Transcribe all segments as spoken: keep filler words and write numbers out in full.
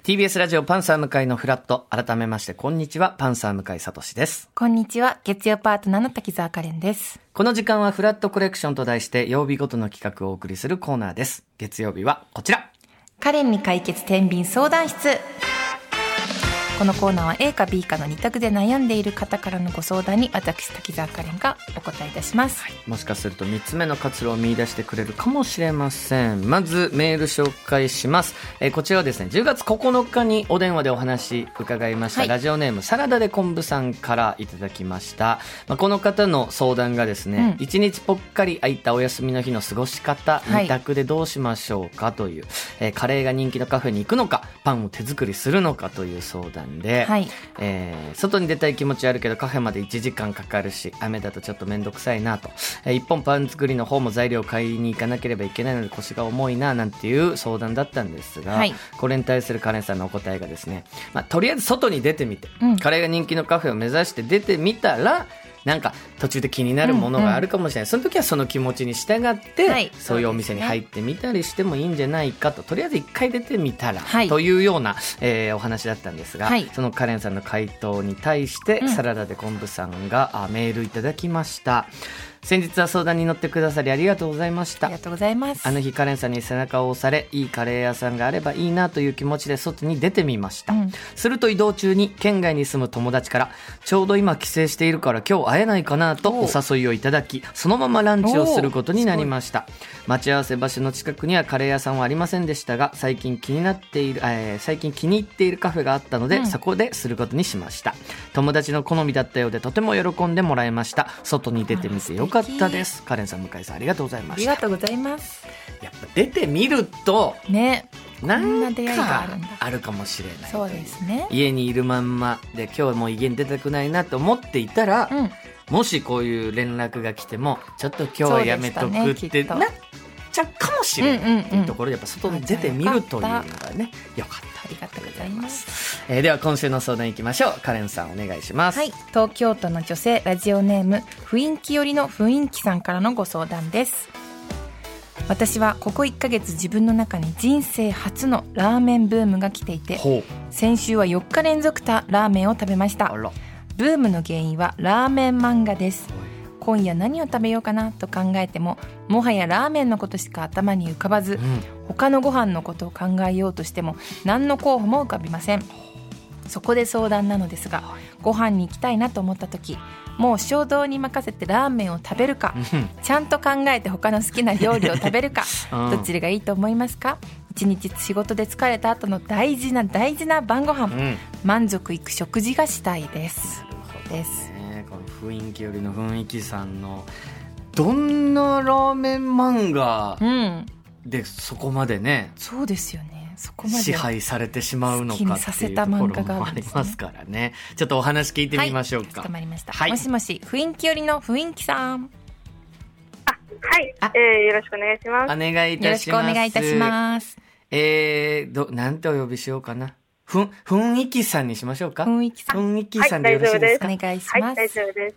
ティービーエス ラジオパンサー向井のフラット。改めましてこんにちは、パンサー向井聡です。 こんにちは、月曜パートナーの滝沢カレンです。 この時間はフラットコレクションと題して曜日ごとの企画をお送りするコーナーです。月曜日はこちら、 カレンに解決天秤相談室。このコーナーは A か B かのに択で悩んでいる方からのご相談に私滝沢カレンがお答えいたします、はい、 もしかするとみっつめの活路を見出してくれるかもしれません。まずメール紹介します、えー、こちらはですねじゅうがつここのかにお電話でお話伺いました、はい、ラジオネームサラダで昆布さんからいただきました、まあ、この方の相談がですね、うん、いちにちぽっかり空いたお休みの日の過ごし方、はい、に択でどうしましょうかという、えー、カレーが人気のカフェに行くのかパンを手作りするのかという相談で、はい、えー、外に出たい気持ちあるけどカフェまでいちじかんかかるし雨だとちょっとめんどくさいなと、えー、一本パン作りの方も材料を買いに行かなければいけないので腰が重いななんていう相談だったんですが、はい、これに対するカレンさんのお答えがですね、まあ、とりあえず外に出てみて、うん、カレーが人気のカフェを目指して出てみたらなんか途中で気になるものがあるかもしれない、うんうん、その時はその気持ちに従って、はい、そういうお店に入ってみたりしてもいいんじゃないかと、とりあえず一回出てみたら、はい、というような、えー、お話だったんですが、はい、そのカレンさんの回答に対して、うん、サラダで昆布さんがメールいただきました。先日は相談に乗ってくださりありがとうございました。 ありがとうございます。 あの日カレンさんに背中を押されいいカレー屋さんがあればいいなという気持ちで外に出てみました、うん、すると移動中に県外に住む友達からちょうど今帰省しているから今日会えないかなとお誘いをいただきそのままランチをすることになりました。待ち合わせ場所の近くにはカレー屋さんはありませんでしたが最近気になっている、えー、最近気に入っているカフェがあったので、うん、そこですることにしました。友達の好みだったようでとても喜んでもらえました。外に出てみてよかったです。カレンさん、向井さんありがとうございました。 ありがとうございます。 やっぱ出てみるとね、 なんかあるかもしれない。 そうですね。 家にいるまんまで今日もう家に出たくないなと思っていたら、うん、もしこういう連絡が来てもちょっと今日はやめとくってなっちゃうかもしれないっていうところでやっぱ外に出てみるというのがね、よかった。 ありがとうございます。 えー、では今週の相談いきましょう。カレンさんお願いします。 はい、東京都の女性ラジオネーム雰囲気よりの雰囲気さんからのご相談です。私はここいっかげつ自分の中に人生初のラーメンブームが来ていて、先週はよっか連続たラーメンを食べました。ブームの原因はラーメン漫画です。今夜何を食べようかなと考えてももはやラーメンのことしか頭に浮かばず、うん、他のご飯のことを考えようとしても何の候補も浮かびません。そこで相談なのですが、ご飯に行きたいなと思った時もう衝動に任せてラーメンを食べるか、うん、ちゃんと考えて他の好きな料理を食べるか、うん、どちらがいいと思いますか？一日仕事で疲れた後の大事な大事な晩ご飯、うん、満足いく食事がしたいですです。 雰囲気よりの雰囲気さんのどんなラーメン漫画でそこまでね、 うん、そうですよね、そこまで支配されてしまうのかっていうところもありますからね。ちょっとお話聞いてみましょうか。 はい、かしこまりました、はい、もしもし雰囲気よりの雰囲気さん。 あ、はい、あ、えー、よろしくお願いします。 お願いいたします。 よろしくお願いいたします。 えー、どなんてお呼びしようかな。ふん雰囲気さんにしましょうか。 雰囲気さん、 雰囲気さんでよろしいですか？ はい、お願いします。 はい、大丈夫です。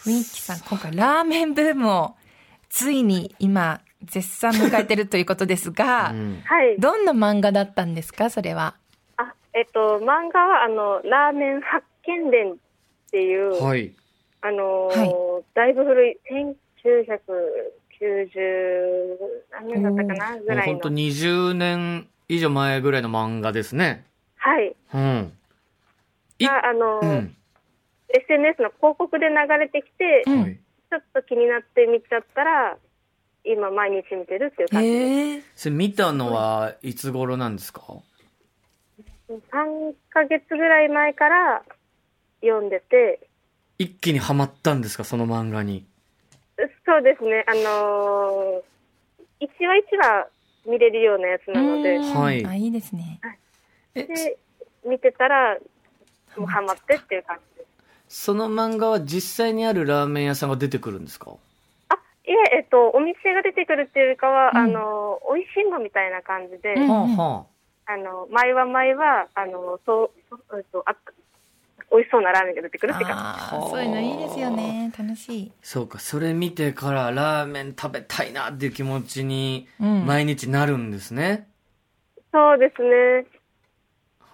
雰囲気さん、今回ラーメンブームをついに今絶賛迎えてるということですが、うん、どんな漫画だったんですか、それは。 あ、えっと漫画はあのラーメン発見伝っていう、はい、あの、はい、だいぶ古いせんきゅうひゃくきゅうじゅう何年だったかなぐらいの、 本当にじゅうねん以上前ぐらいの漫画ですね。 はい。うん。あ、あの、うん、エスエヌエス の広告で流れてきて、うん、ちょっと気になって見ちゃったら、今毎日見てるっていう感じです。えー、 それ見たのはいつ頃なんですか？ さんかげつぐらい前から読んでて。 一気にハマったんですか、その漫画に？ そうですね。あのー、いちわいちわ見れるようなやつなので。 はい。あ、いいですね。 で、見てたら、もうハマってっていう感じです。 その漫画は実際にあるラーメン屋さんが出てくるんですか？ あ、いえ、えっと、お店が出てくるっていうよりかは、うん、あの、美味しんぼみたいな感じで、うん、あの、毎話毎話、あの、そう、そう、あ、美味しそうなラーメンが出てくるって感じ。 あ、そういうのいいですよね。楽しい。 そうか、それ見てからラーメン食べたいなっていう気持ちに毎日なるんですね。 うん、そうですね。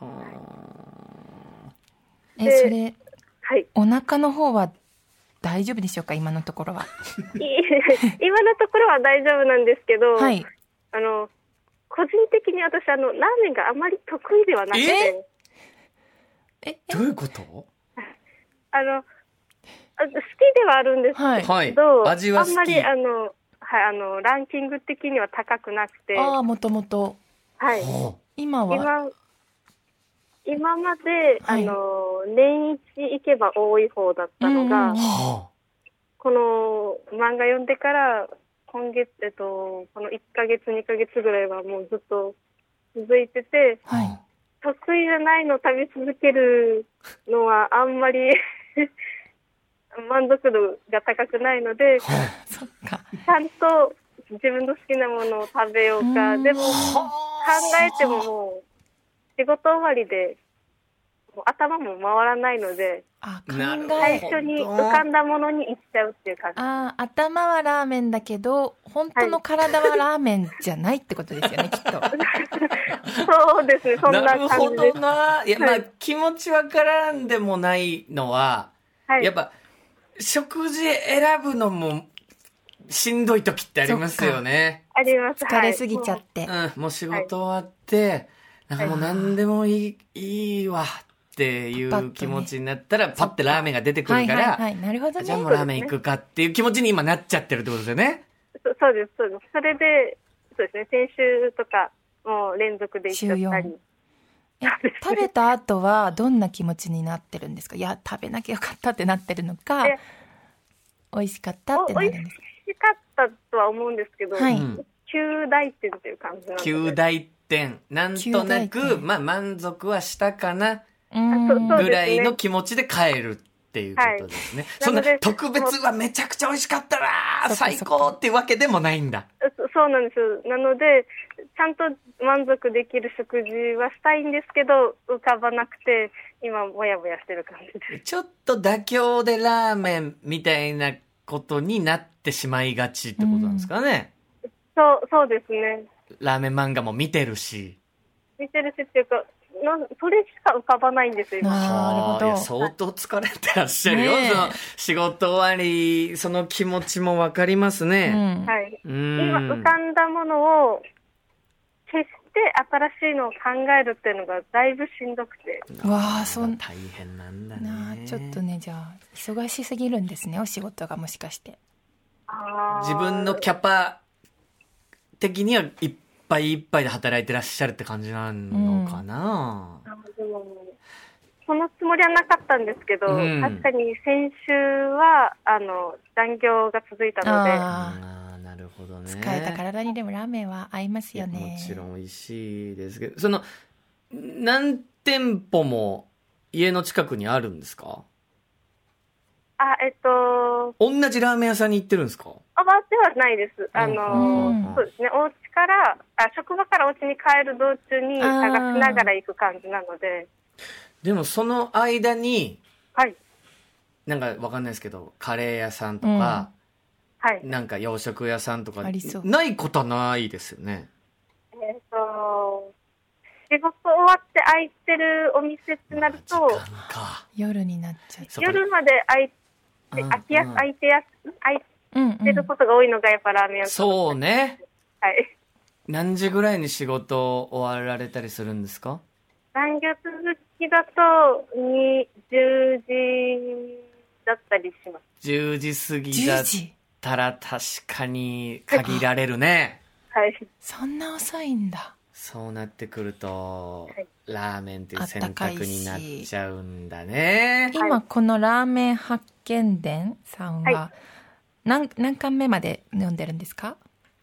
え、それ、はい、お腹の方は大丈夫でしょうか、今のところは。 今のところは大丈夫なんですけど、 はい、 あの、個人的に私、あの、ラーメンがあまり得意ではなくて。 ええどういうこと？ あの、好きではあるんですけど、はい、味は好き。あんまり、あの、はい、あの、ランキング的には高くなくて。 ああ、もともと。 はい。 今は今、今まで、はい、あの、年一行けば多い方だったのが、この漫画読んでから、今月、えっと、このいっかげつ、にかげつぐらいはもうずっと続いてて、はい、得意じゃないのを食べ続けるのはあんまり満足度が高くないので、 そっか、 ちゃんと自分の好きなものを食べようか、でも考えてももう仕事終わりでもう頭も回らないので、 あ、 最初に浮かんだものに行っちゃうっていう感じ。 あ、頭はラーメンだけど本当の体はラーメンじゃないってことですよね、はい、きっと。 そうですね、そんな感じです。 なるほどな。いや、まあ、はい、気持ちわからんでもないのは、はい、やっぱ食事選ぶのもしんどい時ってありますよね。 あります。 疲れすぎちゃって、 はい、うん、もう仕事終わって、はい、なんかもう何でもいい、いいわっていう気持ちになったら、パッてラーメンが出てくるから、 はいはいはい、なるほどね、 じゃあもうラーメン行くかっていう気持ちに今なっちゃってるってことですよね。 そ, そうです、そうです。それで、そうですね、先週とか、もう連続で行っちゃったり。 え、食べた後はどんな気持ちになってるんですか？いや、食べなきゃよかったってなってるのか、美味しかったってなるんですか？ 美味しかったとは思うんですけど、はい、及第点っていう感じなので。 及第点。なんとなく、まあ満足はしたかな、ぐらいの気持ちで帰るっていうことですね。はい、そんな特別はめちゃくちゃ美味しかったな、最高っていうわけでもないんだ。 そ, そうなんです。なので、ちゃんと満足できる食事はしたいんですけど、浮かばなくて、今、もやもやしてる感じです。 ちょっと妥協でラーメンみたいなことになってしまいがちってことなんですかね。 うん、そう、そうですね。 ラーメン漫画も見てるし。 見てるしっていうか、なそれしか浮かばないんですよ、今。 なるほど。 いや、相当疲れてらっしゃるよ。その仕事終わり、その気持ちもわかりますね。 うん、はい。今浮かんだものを消して新しいのを考えるっていうのがだいぶしんどくて。 わあ、そん大変なんだね。 なちょっとね、じゃあ忙しすぎるんですね、お仕事がもしかして。 あ、 自分のキャパ的にはいっぱいいっぱいで働いてらっしゃるって感じなのかな。 うん、でもそのつもりはなかったんですけど、うん、確かに先週はあの残業が続いたので。 ああ、なるほどね。 疲れた体にでもラーメンは合いますよね。 もちろん美味しいですけど、その何店舗も家の近くにあるんですか？ あ、えっと同じラーメン屋さんに行ってるんですか？ あ、ではないです。あの、うん、そうですね。お家からあ職場からお家に帰る道中に探しながら行く感じなので。 でもその間に、 はい。 なんかわかんないですけど、カレー屋さんとか、うん、はい。なんか洋食屋さんとかないことはないですよね。 えっと仕事終わって空いてるお店ってなると、 まあ、時間か夜になっちゃう。 夜まで空いて、空きや空いてや空いてることが多いのがやっぱラーメン屋さん。 そうね。 はい。 何時ぐらいに仕事終わられたりするんですか？ 残業続きだとにじゅうじだったりします。 じゅうじ過ぎだったら確かに限られるね。 はい。 そんな遅いんだ。 そうなってくると、はい、ラーメンっていう選択になっちゃうんだね。 今このラーメン発見伝さんは、はい、何, 何巻目まで読んでるんですか？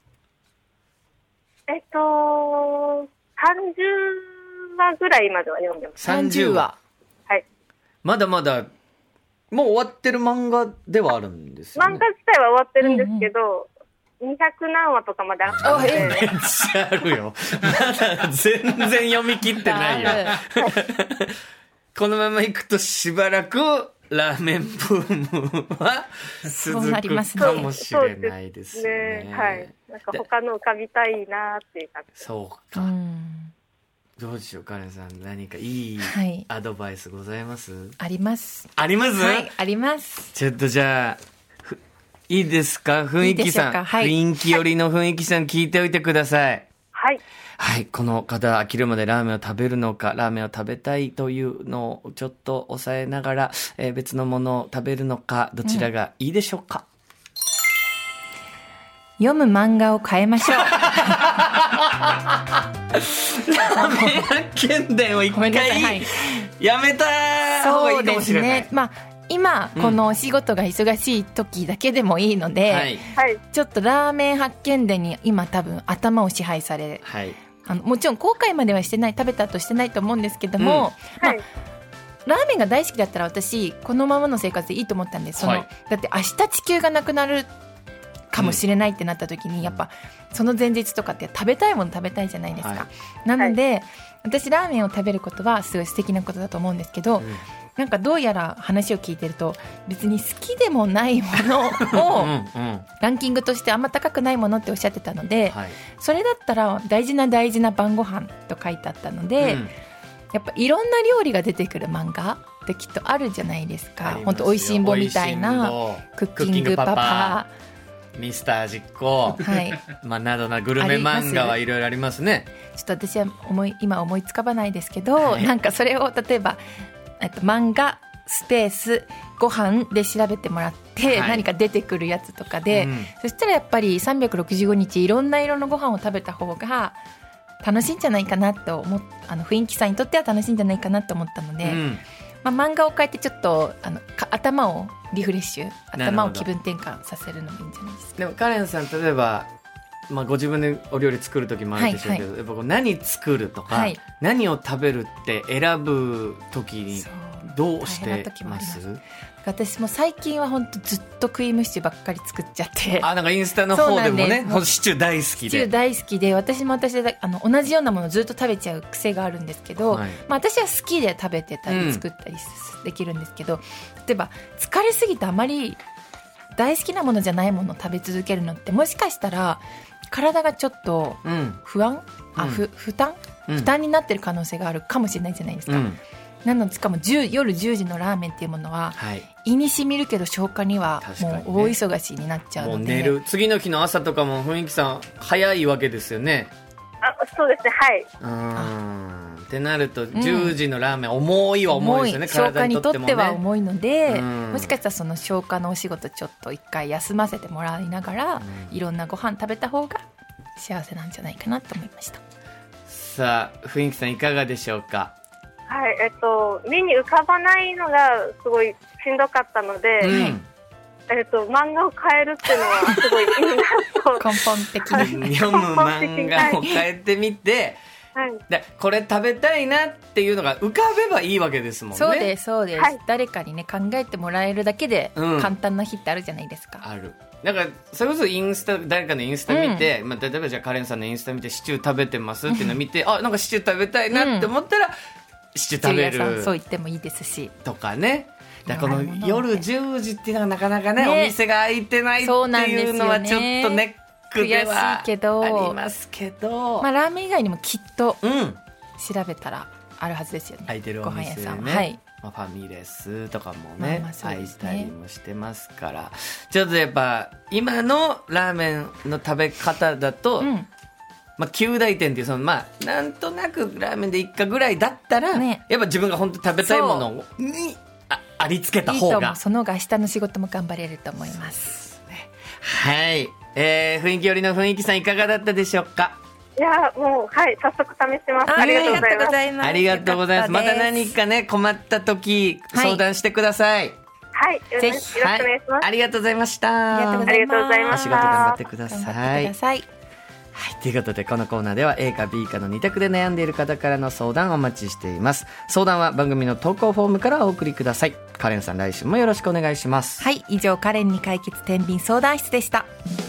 えっとさんじゅうわぐらいまでは読んでます。 さんじゅうわ。 はい。 まだまだもう終わってる漫画ではあるんですよね。 漫画自体は終わってるんですけど、うんうん、にひゃく何話とかまであったので。 めっちゃあるよ。まだ全然読み切ってないよ。このままいくとしばらくラーメンブームは続くかもしれないですね。 そうですね。はい。なんか他の浮かびたいなっていう感じ。 そうか。 うん、 どうでしょう、カレンさん、何かいいアドバイスございます？はい、 あります。 あります？ はい、あります。 ちょっとじゃあ、いいですか？雰囲気さん。いいはい、雰囲気寄りの雰囲気さん聞いておいてください。 はい。 はい。この方、飽きるまでラーメンを食べるのか、ラーメンを食べたいというのをちょっと抑えながら、えー、別のものを食べるのか、どちらがいいでしょうか？ うん、読む漫画を変えましょう。 ラーメン発見伝を一回やめた方がいいかもしれない。そうですね。 まあ今このお仕事が忙しい時だけでもいいので、うん、ちょっとラーメン発見伝に今多分頭を支配され、はい、あのもちろん後悔まではしてない、食べたとしてないと思うんですけども、うんまあはい、ラーメンが大好きだったら私このままの生活でいいと思ったんです。その、はい、だって明日地球がなくなるかもしれないってなった時に、うん、やっぱその前日とかって食べたいもの食べたいじゃないですか、はい、なので、はい、私ラーメンを食べることはすごい素敵なことだと思うんですけど、うん、なんかどうやら話を聞いてると別に好きでもないものをうん、うん、ランキングとしてあんま高くないものっておっしゃってたので、はい、それだったら大事な大事な晩ご飯と書いてあったので、うん、やっぱいろんな料理が出てくる漫画ってきっとあるじゃないですか。本当おいしんぼみたいなクッキングパパ、 ミスター実行、はいまあ、などなグルメ漫画はいろいろありますね。 ちょっと私は思い今思いつかばないですけど、はい、なんかそれを例えばと漫画スペースご飯で調べてもらって、はい、何か出てくるやつとかで、うん、そしたらやっぱりさんびゃくろくじゅうごにちいろんな色のご飯を食べた方が楽しいんじゃないかなと思っあの雰囲気さんにとっては楽しいんじゃないかなと思ったので、うんまあ、漫画を変えてちょっとあの頭をリフレッシュ、頭を気分転換させるのもいいんじゃないですか。 でもカレンさん例えば、まあ、ご自分でお料理作る時もあるでしょうけど、はいはい、やっぱこう何作るとか、はい、何を食べるって選ぶ時にどうしてます？ 私も最近は本当ずっとクリームシチューばっかり作っちゃって、 あなんかインスタの方でもねもうシチュー大好きでシチュー大好きで私も私であの同じようなものをずっと食べちゃう癖があるんですけど、はいまあ、私は好きで食べてたり作ったりできるんですけど、うん、例えば疲れすぎてあまり大好きなものじゃないものを食べ続けるのってもしかしたら体がちょっと不安、うん、あふ負担、うん、負担になってる可能性があるかもしれないじゃないですか、うんなのでしかもじゅう夜じゅうじのラーメンっていうものは、はい、胃にしみるけど消化にはもう大忙しになっちゃうので、 ね、もう寝る次の日の朝とかも雰囲気さん早いわけですよね。 あそうですねはいうんってなるとじゅうじのラーメン、うん、重いは重いですよね。 消化にとっては重いので、もしかしたらその消化のお仕事ちょっと一回休ませてもらいながら、うん、いろんなご飯食べた方が幸せなんじゃないかなと思いました。 さあ雰囲気さんいかがでしょうか？ はいえっと、目に浮かばないのがすごいしんどかったので、うんえっと、漫画を変えるっていうのはすごいいいなと根本的に読む漫画を変えてみて、はい、でこれ食べたいなっていうのが浮かべばいいわけですもんね。 そうですそうです、はい、誰かにね考えてもらえるだけで簡単な日ってあるじゃないですか、 うん、あるなんかそれこそインスタ誰かのインスタ見て、うんまあ、例えばじゃあカレンさんのインスタ見てシチュー食べてますっていうのを見て、うん、あなんかシチュー食べたいなって思ったら、うんシチュー食べるそう言ってもいいですしとかね。だからこの夜じゅうじっていうのがなかなか ね, ねお店が開いてないっていうのはちょっとネックではありますけど、 まあ、ラーメン以外にもきっと調べたらあるはずですよね、 うん、開いてるお店ねご飯屋さん、はいまあ、ファミレスとかもね、まあまあそうですね開いたりもしてますからちょっとやっぱ今のラーメンの食べ方だと、うんまあ、きゅう大店っていうその、まあ、なんとなくラーメンでいっかぐらいだったら、ね、やっぱ自分が本当食べたいものに あ, ありつけた方がいいと思う。 その明日の仕事も頑張れると思います、 ね、はい、えー、雰囲気寄りの雰囲気さんいかがだったでしょうか？ いやもうはい早速試してます。ありがとうございます。 ありがとうございます。また何かね困った時相談してください。 はい、はい、ぜひよろしくお願いします、はい、 ありがとうございました。 ありがとうございました。 お仕事頑張ってください。 頑張ってください。 はい、ということでこのコーナーでは A か B かのに択で悩んでいる方からの相談をお待ちしています。相談は番組の投稿フォームからお送りください。カレンさん来週もよろしくお願いします。 はい以上カレンに解決天秤相談室でした。